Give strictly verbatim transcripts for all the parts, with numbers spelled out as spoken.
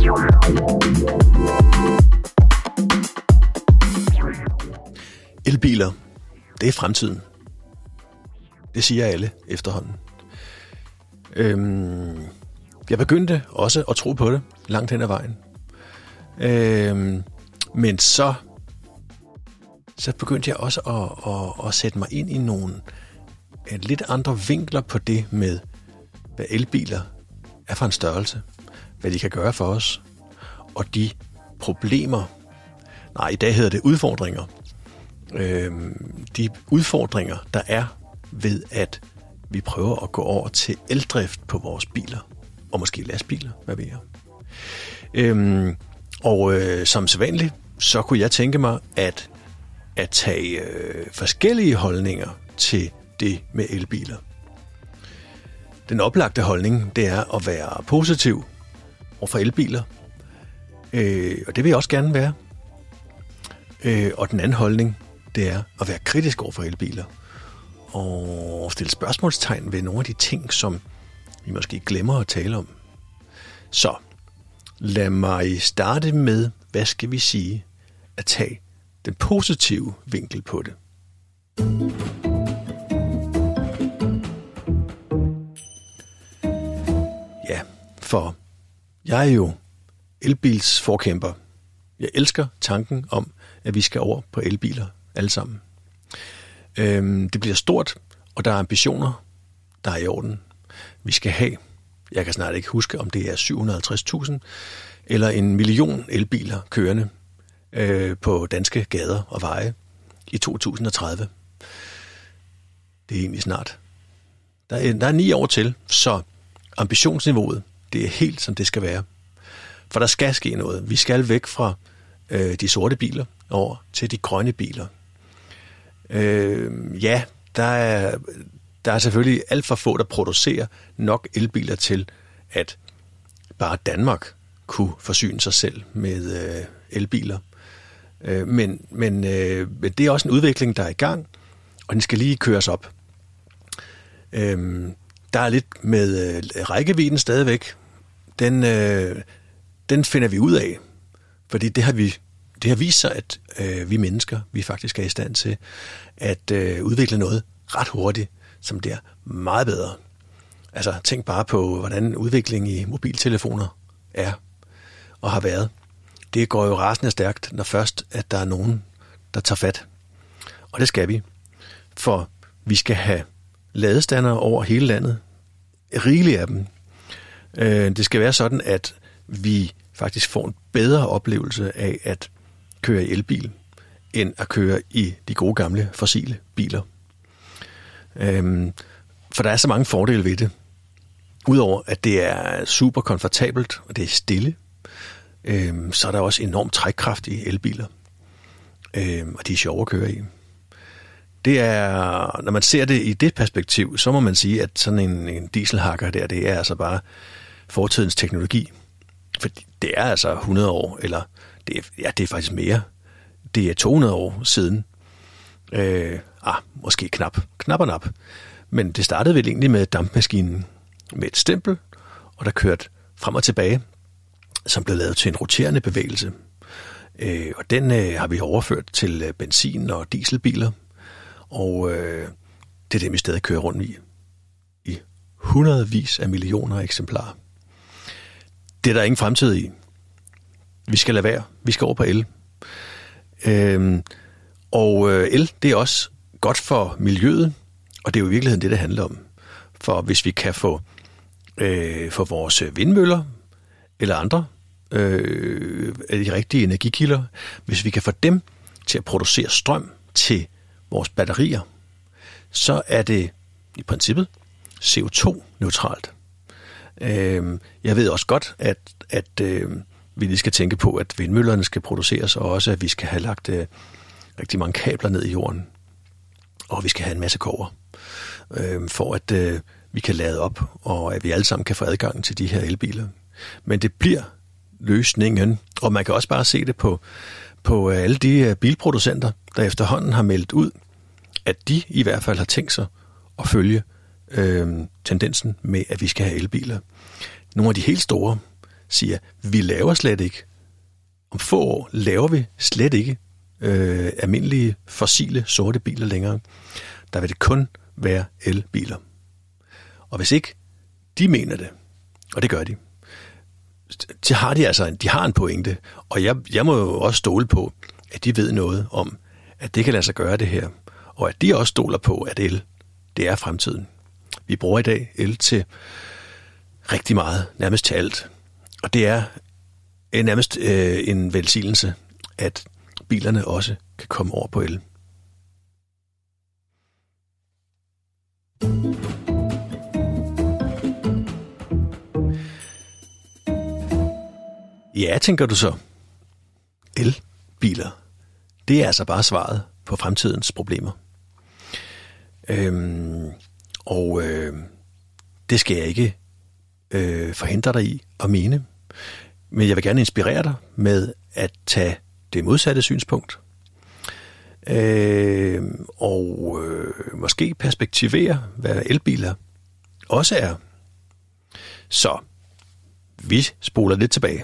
Elbiler, det er fremtiden. Det siger alle efterhånden. Øhm, jeg begyndte også at tro på det langt hen ad vejen. Øhm, men så, så begyndte jeg også at, at, at sætte mig ind i nogle lidt andre vinkler på det med, hvad elbiler er for en størrelse, hvad de kan gøre for os, og de problemer, nej, i dag hedder det udfordringer, øhm, de udfordringer, der er ved, at vi prøver at gå over til eldrift på vores biler, og måske lastbiler, hvad ved jeg. Øhm, og øh, som sædvanligt, så kunne jeg tænke mig at, at tage øh, forskellige holdninger til det med elbiler. Den oplagte holdning, det er at være positiv overfor elbiler, øh, og det vil jeg også gerne være. Øh, og den anden holdning, det er at være kritisk overfor elbiler, og stille spørgsmålstegn ved nogle af de ting, som vi måske glemmer at tale om. Så lad mig starte med, hvad skal vi sige, at tage den positive vinkel på det. Ja, for jeg er jo elbils forkæmper. Jeg elsker tanken om, at vi skal over på elbiler alle sammen. Øhm, det bliver stort, og der er ambitioner, der er i orden. Vi skal have, jeg kan snart ikke huske, om det er syv hundrede og halvtreds tusind eller en million elbiler kørende øh, på danske gader og veje i to tusind og tredive. Det er egentlig snart. Der er, der er ni år til, så ambitionsniveauet, det er helt som det skal være. For der skal ske noget. Vi skal væk fra øh, de sorte biler over til de grønne biler. Øh, ja, der er, der er selvfølgelig alt for få, der producerer nok elbiler til, at bare Danmark kunne forsyne sig selv med øh, elbiler. Øh, men men øh, det er også en udvikling, der er i gang, og den skal lige køres op. Øh, der er lidt med øh, rækkevidden stadigvæk. Den, øh, den finder vi ud af, fordi det har vi Det har vist sig, at øh, vi mennesker, vi faktisk er i stand til at øh, udvikle noget ret hurtigt, som det er meget bedre. Altså tænk bare på, hvordan udviklingen i mobiltelefoner er og har været. Det går jo rasende stærkt, når først, at der er nogen, der tager fat. Og det skal vi, for vi skal have ladestander over hele landet. Rigeligt af dem. Øh, det skal være sådan, at vi faktisk får en bedre oplevelse af at køre i elbil, end at køre i de gode gamle fossile biler. Øhm, for der er så mange fordele ved det. Udover at det er super komfortabelt, og det er stille, øhm, så er der også enormt trækkraft i elbiler. Øhm, og de er sjove at køre i. Det er, når man ser det i det perspektiv, så må man sige, at sådan en, en dieselhakker der, det er altså bare fortidens teknologi. For det er altså hundrede år, eller det er, ja, det er faktisk mere. Det er to hundrede år siden. Øh, ah, måske knap. Knap og nap. Men det startede vel egentlig med dampmaskinen med et stempel, og der kørte frem og tilbage, som blev lavet til en roterende bevægelse. Øh, og den øh, har vi overført til øh, benzin- og dieselbiler. Og øh, det er dem, vi stadig kører rundt i. I hundredvis af millioner eksemplarer. Det er der ingen fremtid i. Vi skal lade være. Vi skal over på el. Øhm, og øh, el, det er også godt for miljøet, og det er jo i virkeligheden det, det handler om. For hvis vi kan få, øh, få vores vindmøller eller andre øh, de rigtige energikilder, hvis vi kan få dem til at producere strøm til vores batterier, så er det i princippet C O to neutralt. Øh, jeg ved også godt, at, at øh, vi lige skal tænke på, at vindmøllerne skal produceres, og også at vi skal have lagt øh, rigtig mange kabler ned i jorden. Og vi skal have en masse kobber, øh, for at øh, vi kan lade op, og at vi alle sammen kan få adgang til de her elbiler. Men det bliver løsningen, og man kan også bare se det på, på alle de bilproducenter, der efterhånden har meldt ud, at de i hvert fald har tænkt sig at følge øh, tendensen med, at vi skal have elbiler. Nogle af de helt store, siger, vi laver slet ikke, om få år laver vi slet ikke øh, almindelige fossile sorte biler længere. Der vil det kun være elbiler. Og hvis ikke de mener det, og det gør de, så har de altså de har en pointe. Og jeg, jeg må jo også stole på, at de ved noget om, at det kan lade sig gøre det her. Og at de også stoler på, at el, det er fremtiden. Vi bruger i dag el til rigtig meget, nærmest til alt. Og det er nærmest øh, en velsignelse, at bilerne også kan komme over på el. Ja, tænker du så. Elbiler, det er altså bare svaret på fremtidens problemer. Øhm, og øh, det skal jeg ikke øh, forhindre dig i at mene. Men jeg vil gerne inspirere dig med at tage det modsatte synspunkt. Øh, og øh, måske perspektivere, hvad elbiler også er. Så vi spoler lidt tilbage.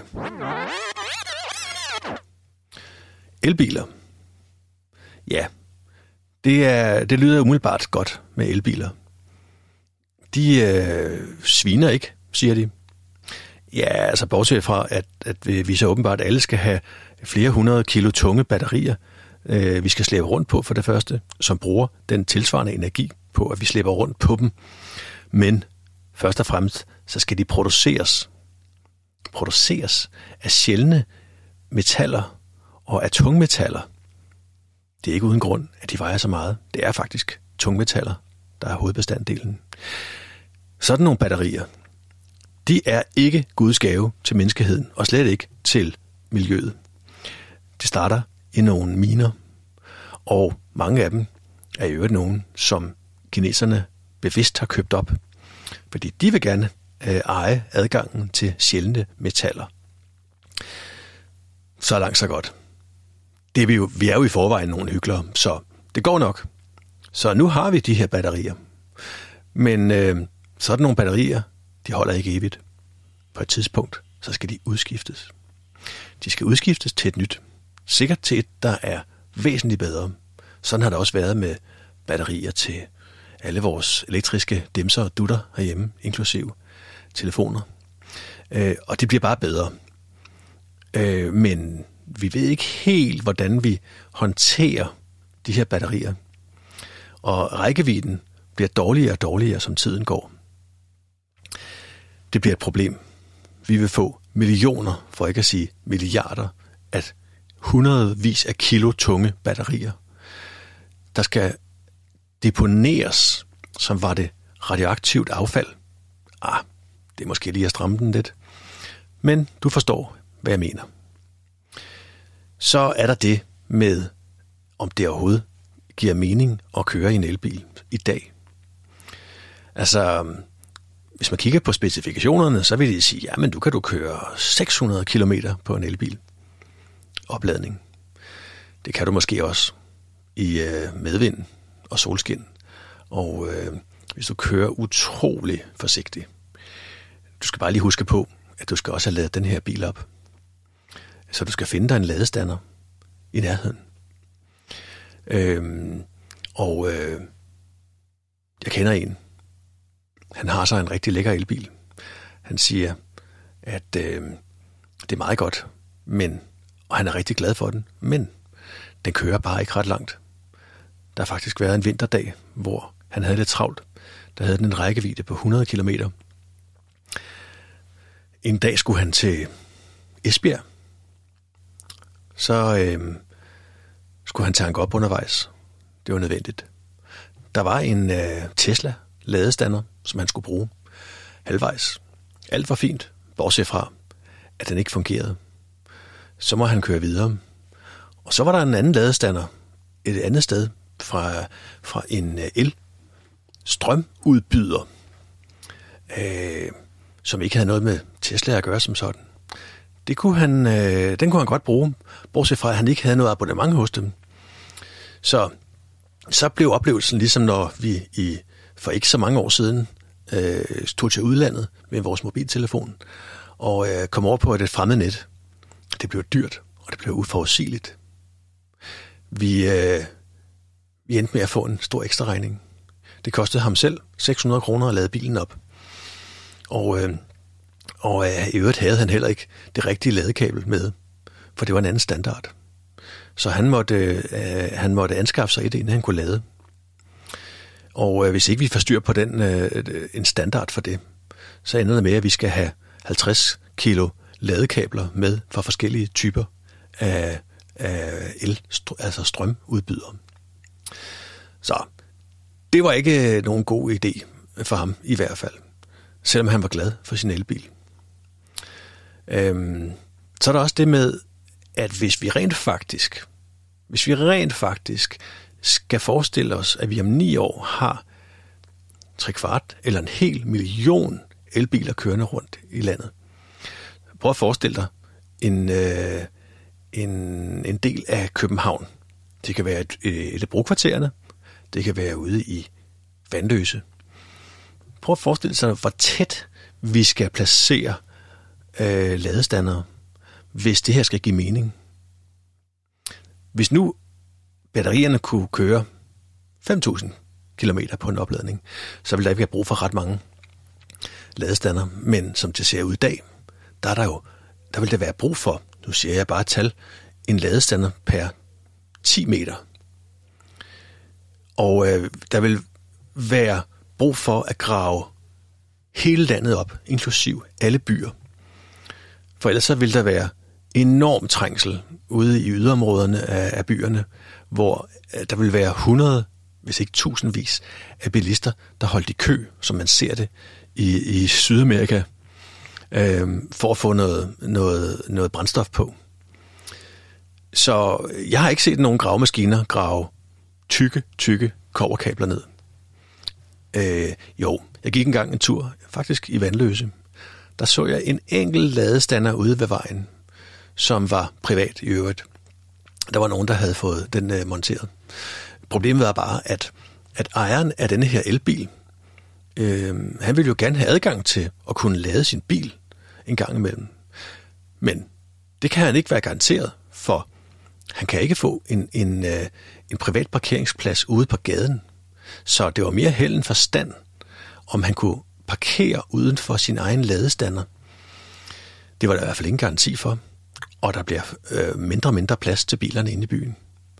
Elbiler. Ja, det, er, det lyder umiddelbart godt med elbiler. De øh, sviner ikke, siger de. Ja, altså bortset fra, at, at vi så åbenbart alle skal have flere hundrede kilo tunge batterier, øh, vi skal slæbe rundt på for det første, som bruger den tilsvarende energi på, at vi slæber rundt på dem. Men først og fremmest, så skal de produceres. Produceres af sjældne metaller og af tungmetaller. Det er ikke uden grund, at de vejer så meget. Det er faktisk tungmetaller, der er hovedbestanddelen. Sådan nogle batterier, de er ikke Guds gave til menneskeheden, og slet ikke til miljøet. De starter i nogle miner, og mange af dem er i øvrigt nogen, som kineserne bevidst har købt op, fordi de vil gerne øh, eje adgangen til sjældne metaller. Så langt så godt. Det er vi, jo, vi er jo i forvejen nogle hyklere, så det går nok. Så nu har vi de her batterier. Men øh, sådan nogle batterier, de holder ikke evigt. På et tidspunkt, så skal de udskiftes. De skal udskiftes til et nyt. Sikkert til et, der er væsentligt bedre. Sådan har det også været med batterier til alle vores elektriske dimser og dutter herhjemme, inklusive telefoner. Øh, og det bliver bare bedre. Øh, men vi ved ikke helt, hvordan vi håndterer de her batterier. Og rækkevidden bliver dårligere og dårligere, som tiden går. Det bliver et problem. Vi vil få millioner, for ikke at sige milliarder, af hundredvis af kilo tunge batterier, der skal deponeres, som var det radioaktivt affald. Ah, det er måske lige at stramme den lidt. Men du forstår, hvad jeg mener. Så er der det med, om det overhovedet giver mening at køre i en elbil i dag. Altså, hvis man kigger på specifikationerne, så vil de sige, ja, men du kan du køre seks hundrede kilometer på en elbil. Opladning. Det kan du måske også i øh, medvind og solskin. Og øh, hvis du kører utrolig forsigtigt. Du skal bare lige huske på, at du skal også have ladet den her bil op. Så du skal finde dig en ladestander i nærheden. Øhm, og øh, jeg kender en. Han har så en rigtig lækker elbil. Han siger, at øh, det er meget godt, men, og han er rigtig glad for den, men den kører bare ikke ret langt. Der har faktisk været en vinterdag, hvor han havde lidt travlt. Der havde den en rækkevidde på hundrede kilometer. En dag skulle han til Esbjerg. Så øh, skulle han tanke op undervejs. Det var nødvendigt. Der var en øh, Tesla ladestander, som han skulle bruge halvvejs. Alt var fint, bortset fra, at den ikke fungerede. Så må han køre videre. Og så var der en anden ladestander et andet sted fra, fra en el-strømudbyder, øh, som ikke havde noget med Tesla at gøre som sådan. Det kunne han, øh, den kunne han godt bruge, bortset fra, at han ikke havde noget abonnement hos dem. Så, så blev oplevelsen ligesom, når vi i, for ikke så mange år siden øh, tog til udlandet med vores mobiltelefon, og øh, kom over på et fremmed net. Det blev dyrt, og det blev uforudsigeligt. Vi, øh, vi endte med at få en stor ekstra regning. Det kostede ham selv seks hundrede kroner at lade bilen op. Og, øh, og øh, i øvrigt havde han heller ikke det rigtige ladekabel med, for det var en anden standard. Så han måtte, øh, han måtte anskaffe sig et, inden han kunne lade. Og øh, hvis ikke vi får styr på den, øh, en standard for det, så ender det med, at vi skal have halvtreds kilo ladekabler med for forskellige typer af, af el, altså strømudbydere. Så det var ikke nogen god idé for ham i hvert fald, selvom han var glad for sin elbil. Øhm, så er der også det med, at hvis vi rent faktisk, hvis vi rent faktisk skal forestille os, at vi om ni år har tre kvart eller en hel million elbiler kørende rundt i landet. Prøv at forestille dig en, øh, en, en del af København. Det kan være et, et af brokvartererne. Det kan være ude i Vanløse. Prøv at forestille sig, hvor tæt vi skal placere øh, ladestandere, hvis det her skal give mening. Hvis nu batterierne kunne køre fem tusind kilometer på en opladning, så ville der ikke være brug for ret mange ladestander. Men som det ser ud i dag, der er der jo, der vil der være brug for, nu siger jeg bare et tal, en ladestander per ti meter. Og øh, der vil være brug for at grave hele landet op, inklusiv alle byer. For ellers så vil der være enorm trængsel ude i yderområderne af, af byerne, hvor øh, der vil være hundrede, hvis ikke tusindvis af bilister, der holdt i kø, som man ser det i, i Sydamerika, øh, for at få noget, noget, noget brændstof på. Så jeg har ikke set nogen gravemaskiner grave tykke, tykke kobberkabler ned. Øh, jo, jeg gik engang en tur, faktisk i Vanløse. Der så jeg en enkelt ladestander ude ved vejen, som var privat i øvrigt. Der var nogen, der havde fået den øh, monteret. Problemet var bare, at, at ejeren af denne her elbil, øh, han ville jo gerne have adgang til at kunne lade sin bil en gang imellem. Men det kan han ikke være garanteret, for han kan ikke få en, en, øh, en privat parkeringsplads ude på gaden. Så det var mere held end forstand, om han kunne parkere uden for sin egen ladestander. Det var der i hvert fald ingen garanti for. Og der bliver øh, mindre og mindre plads til bilerne inde i byen.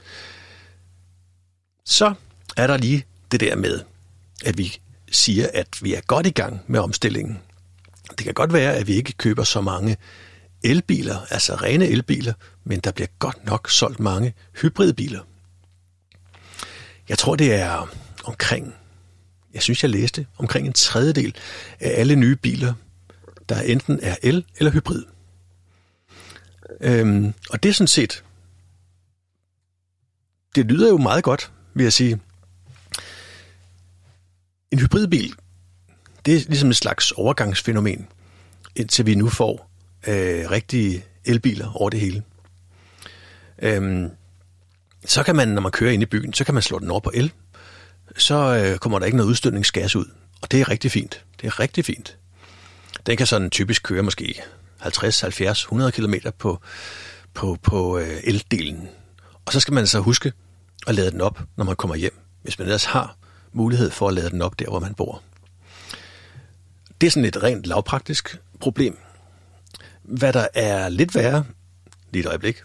Så er der lige det der med, at vi siger, at vi er godt i gang med omstillingen. Det kan godt være, at vi ikke køber så mange elbiler, altså rene elbiler, men der bliver godt nok solgt mange hybridbiler. Jeg tror, det er omkring, jeg synes, jeg læste, omkring en tredjedel af alle nye biler, der enten er el- eller hybrid. Øhm, og det er sådan set, det lyder jo meget godt, vil jeg sige. En hybridbil, det er ligesom et slags overgangsfænomen, indtil vi nu får øh, rigtige elbiler over det hele. Øhm, så kan man, når man kører ind i byen, så kan man slå den over på el, så øh, kommer der ikke noget udstødningsgas ud, og det er rigtig fint. Det er rigtig fint. Den kan sådan typisk køre måske halvtreds, halvfjerds, hundrede kilometer på, på, på øh, eldelen. Og så skal man så huske at lade den op, når man kommer hjem, hvis man ellers har mulighed for at lade den op der, hvor man bor. Det er sådan et rent lavpraktisk problem. Hvad der er lidt værre, lige et øjeblik,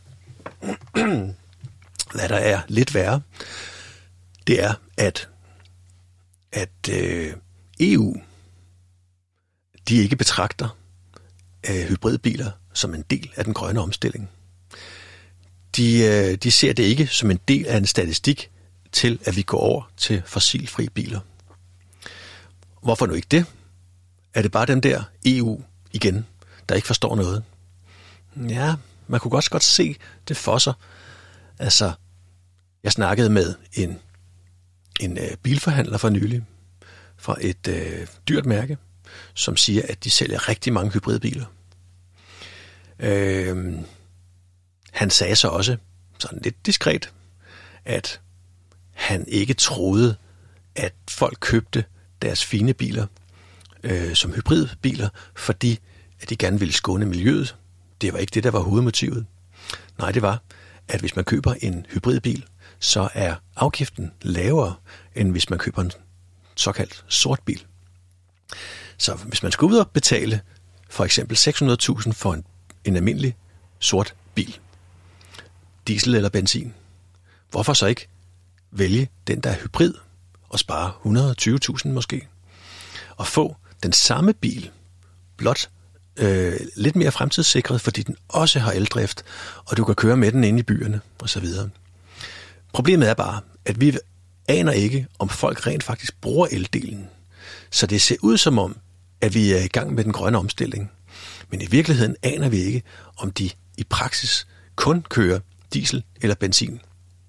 hvad der er lidt værre, det er, at, at øh, E U, de ikke betragter øh, hybridbiler som en del af den grønne omstilling. De, øh, de ser det ikke som en del af en statistik til, at vi går over til fossilfri biler. Hvorfor nu ikke det? Er det bare dem der E U igen, der ikke forstår noget? Ja, man kunne også godt se det for sig. Altså, jeg snakkede med en, en øh, bilforhandler for nylig, fra et øh, dyrt mærke, som siger, at de sælger rigtig mange hybridbiler. Øh, han sagde så også, sådan lidt diskret, at han ikke troede, at folk købte deres fine biler øh, som hybridbiler, fordi at de gerne ville skåne miljøet. Det var ikke det, der var hovedmotivet. Nej, det var, at hvis man køber en hybridbil, så er afgiften lavere, end hvis man køber en såkaldt sort bil. Så hvis man skal ud og betale for eksempel seks hundrede tusind for en, en almindelig sort bil, diesel eller benzin, hvorfor så ikke vælge den, der er hybrid, og spare et hundrede og tyve tusind måske, og få den samme bil, blot øh, lidt mere fremtidssikret, fordi den også har eldrift, og du kan køre med den inde i byerne osv. Problemet er bare, at vi aner ikke, om folk rent faktisk bruger eldelen. Så det ser ud som om, at vi er i gang med den grønne omstilling. Men i virkeligheden aner vi ikke, om de i praksis kun kører diesel eller benzin.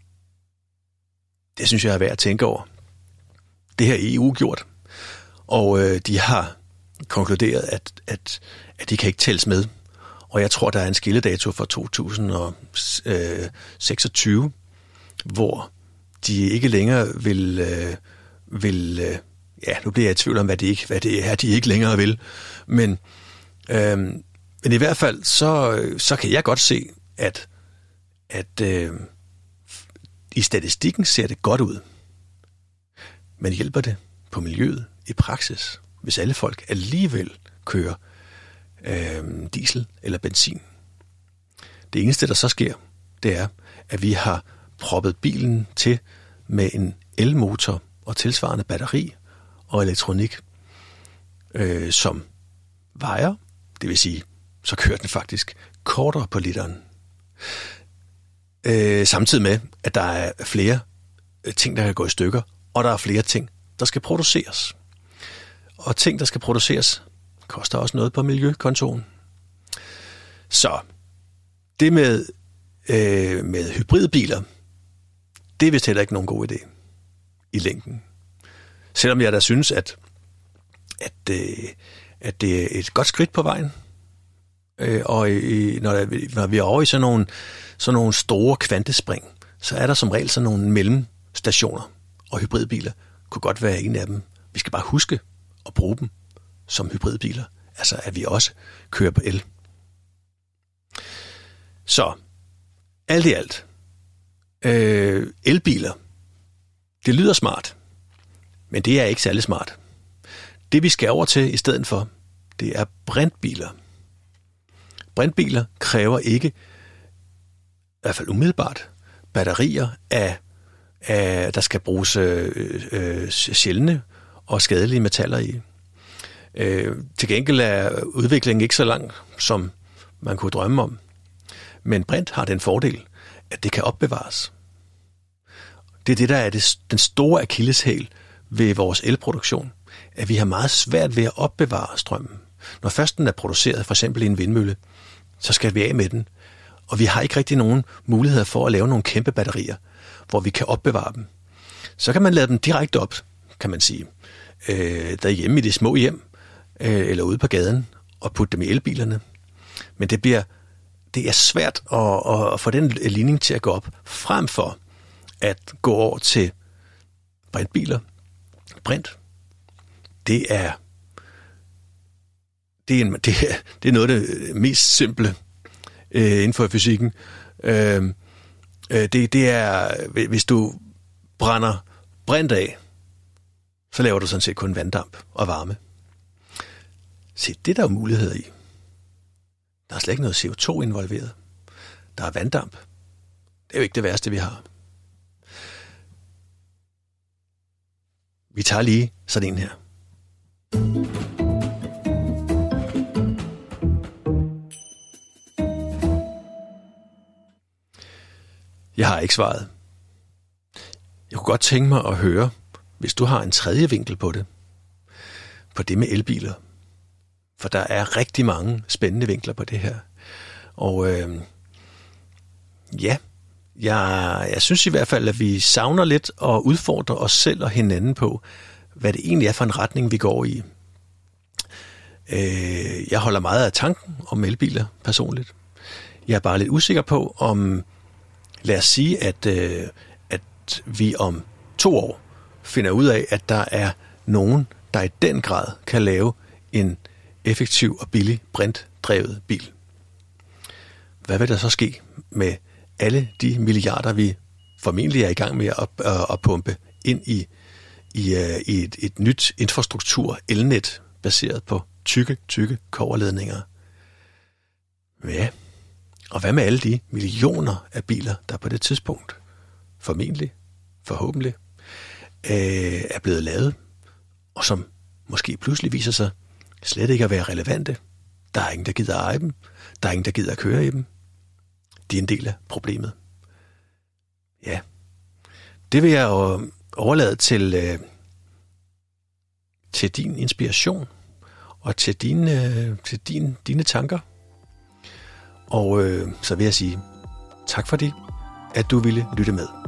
Det synes jeg er værd at tænke over. Det har E U gjort, og øh, de har konkluderet, at, at, at de kan ikke tælles med. Og jeg tror, der er en skilledato for to tusind og seksogtyve, hvor de ikke længere vil... Øh, vil øh, ja, nu bliver jeg i tvivl om, hvad det, ikke, hvad det er, de ikke længere vil. Men, øh, men i hvert fald, så, så kan jeg godt se, at, at øh, i statistikken ser det godt ud. Men hjælper det på miljøet i praksis, hvis alle folk alligevel kører øh, diesel eller benzin? Det eneste, der så sker, det er, at vi har proppet bilen til med en elmotor og tilsvarende batteri og elektronik, øh, som vejer, det vil sige, så kører den faktisk kortere på literen. Øh, samtidig med, at der er flere ting, der kan gå i stykker, og der er flere ting, der skal produceres. Og ting, der skal produceres, koster også noget på miljøkontoen. Så det med, øh, med hybridbiler, det er vist heller ikke nogen god idé i længden. Selvom jeg da synes, at, at, øh, at det er et godt skridt på vejen. Øh, og i, når, der, når vi er over i sådan nogle, sådan nogle store kvantespring, så er der som regel sådan nogle mellemstationer, og hybridbiler kunne godt være en af dem. Vi skal bare huske at bruge dem som hybridbiler, altså at vi også kører på el. Så alt i alt, øh, elbiler, det lyder smart, men det er ikke særlig smart. Det vi skal over til i stedet for, det er brintbiler. Brintbiler kræver ikke, i hvert fald umiddelbart, batterier af, af der skal bruges øh, øh, sjældne og skadelige metaller i. Øh, til gengæld er udviklingen ikke så lang, som man kunne drømme om. Men brint har den fordel, at det kan opbevares. Det er det, der er det, den store akilleshæl ved vores elproduktion, at vi har meget svært ved at opbevare strømmen. Når først den er produceret, for eksempel i en vindmølle, så skal vi af med den. Og vi har ikke rigtig nogen muligheder for at lave nogle kæmpe batterier, hvor vi kan opbevare dem. Så kan man lade dem direkte op, kan man sige, øh, derhjemme i de små hjem, øh, eller ude på gaden, og putte dem i elbilerne. Men det bliver det er svært at, at få den ligning til at gå op, frem for at gå over til brintbiler. Brint, det er, det er, en, det er, det er noget af det mest simple øh, inden for fysikken. Øh, det, det er, hvis du brænder brint af, så laver du sådan set kun vanddamp og varme. Se, det er der jo muligheder i. Der er slet ikke noget C O to involveret. Der er vanddamp. Det er jo ikke det værste, vi har. Vi tager lige sådan en her. Jeg har ikke svaret. Jeg kunne godt tænke mig at høre, hvis du har en tredje vinkel på det. På det med elbiler. For der er rigtig mange spændende vinkler på det her. Og øh, ja, jeg, jeg synes i hvert fald, at vi savner lidt at udfordre os selv og hinanden på, hvad det egentlig er for en retning, vi går i. Øh, jeg holder meget af tanken om elbiler personligt. Jeg er bare lidt usikker på, om lad os sige, at, øh, at vi om to år finder ud af, at der er nogen, der i den grad kan lave en effektiv og billig brintdrevet bil. Hvad vil der så ske med alle de milliarder, vi formentlig er i gang med at, at, at pumpe ind i, i, i et, et nyt infrastruktur, elnet, baseret på tykke, tykke kobberledninger? Ja, og hvad med alle de millioner af biler, der på det tidspunkt, formentlig, forhåbentlig, øh, er blevet lavet, og som måske pludselig viser sig slet ikke at være relevante? Der er ingen, der gider eje dem. Der er ingen, der gider at køre i dem. De er en del af problemet. Ja, det vil jeg jo overlade til, øh, til din inspiration og til dine, øh, til din, dine tanker. Og øh, så vil jeg sige tak fordi, at du ville lytte med.